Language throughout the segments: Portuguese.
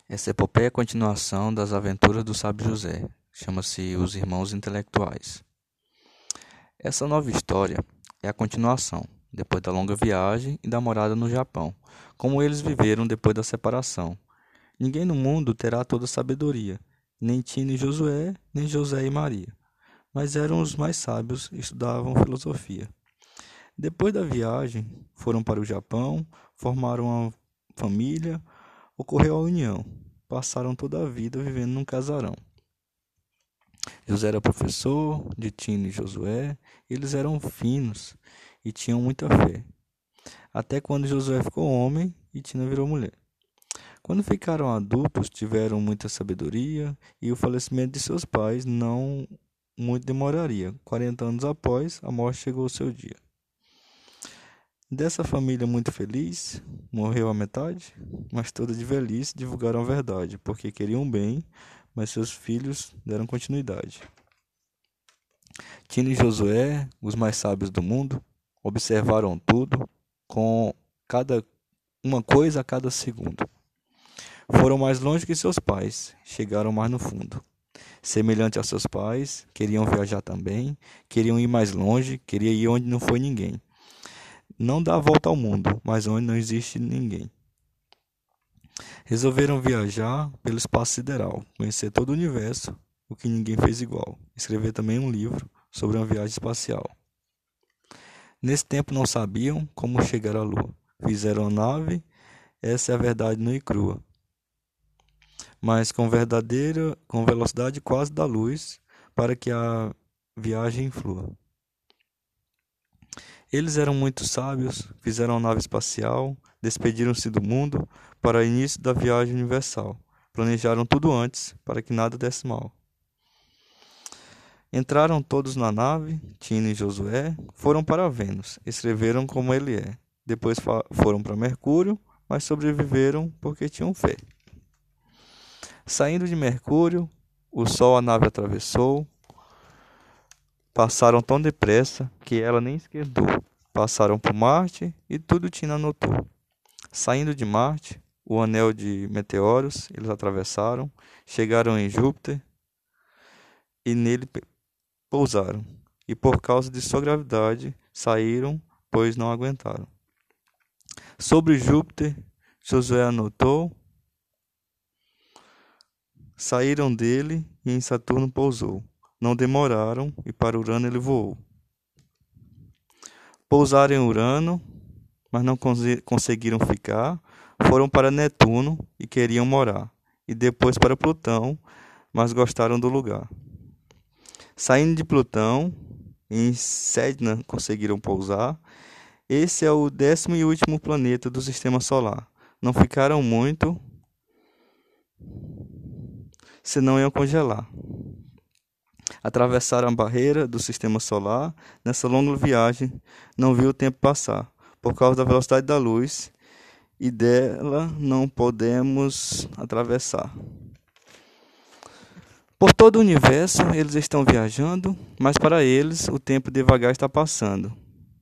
Essa epopeia é a continuação das aventuras do sábio José. Chama-se Os Irmãos Intelectuais. Essa nova história é a continuação, depois da longa viagem e da morada no Japão, como eles viveram depois da separação. Ninguém no mundo terá toda a sabedoria, nem Tino e Josué, nem José e Maria, mas eram os mais sábios e estudavam filosofia. Depois da viagem, foram para o Japão, formaram uma família, ocorreu a união. Passaram toda a vida vivendo num casarão. José era professor de Tino e Josué, eles eram finos e tinham muita fé. Até quando Josué ficou homem e Tina virou mulher. Quando ficaram adultos, tiveram muita sabedoria e o falecimento de seus pais não muito demoraria. 40 anos após, a morte chegou ao seu dia. Dessa família muito feliz, morreu a metade, mas toda de velhice divulgaram a verdade, porque queriam bem, mas seus filhos deram continuidade. Tino e Josué, os mais sábios do mundo, observaram tudo, com uma coisa a cada segundo. Foram mais longe que seus pais, chegaram mais no fundo. Semelhante a seus pais, queriam viajar também, queriam ir mais longe, queriam ir onde não foi ninguém. Não dar a volta ao mundo, mas onde não existe ninguém. Resolveram viajar pelo espaço sideral, conhecer todo o universo, o que ninguém fez igual. Escrever também um livro sobre uma viagem espacial. Nesse tempo não sabiam como chegar à Lua. Fizeram a nave, essa é a verdade nua e crua. Mas com velocidade quase da luz, para que a viagem flua. Eles eram muito sábios, fizeram a nave espacial, despediram-se do mundo para o início da viagem universal. Planejaram tudo antes, para que nada desse mal. Entraram todos na nave, Tino e Josué, foram para Vênus, escreveram como ele é. Depois foram para Mercúrio, mas sobreviveram porque tinham fé. Saindo de Mercúrio, o Sol a nave atravessou. Passaram tão depressa que ela nem esquentou. Passaram por Marte e tudo Tina anotou. Saindo de Marte, o anel de meteoros eles atravessaram, chegaram em Júpiter e nele pousaram. E por causa de sua gravidade saíram, pois não aguentaram. Sobre Júpiter, Josué anotou. Saíram dele e em Saturno pousou. Não demoraram e para Urano ele voou. Pousaram em Urano, mas não conseguiram ficar. Foram para Netuno e queriam morar. E depois para Plutão, mas gostaram do lugar. Saindo de Plutão, em Sedna conseguiram pousar. Esse é o 10º e último planeta do Sistema Solar. Não ficaram muito, senão iam congelar. Atravessaram a barreira do Sistema Solar. Nessa longa viagem, não viu o tempo passar, por causa da velocidade da luz, e dela não podemos atravessar. Por todo o universo, eles estão viajando, mas para eles o tempo devagar está passando.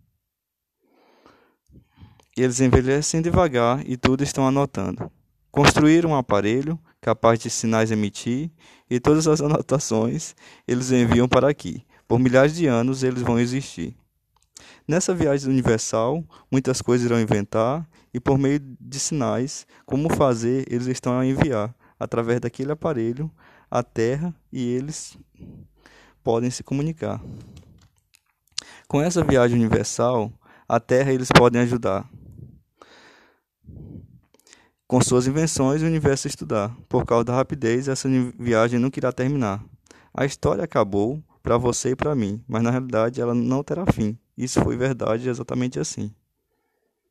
Eles envelhecem devagar e tudo estão anotando. Construíram um aparelho capaz de sinais emitir, e todas as anotações eles enviam para aqui. Por milhares de anos eles vão existir. Nessa viagem universal, muitas coisas irão inventar, e por meio de sinais, como fazer, eles estão a enviar, através daquele aparelho, a Terra, e eles podem se comunicar. Com essa viagem universal, a Terra eles podem ajudar. Com suas invenções, o universo estudar. Por causa da rapidez, essa viagem nunca irá terminar. A história acabou para você e para mim, mas na realidade ela não terá fim. Isso foi verdade exatamente assim.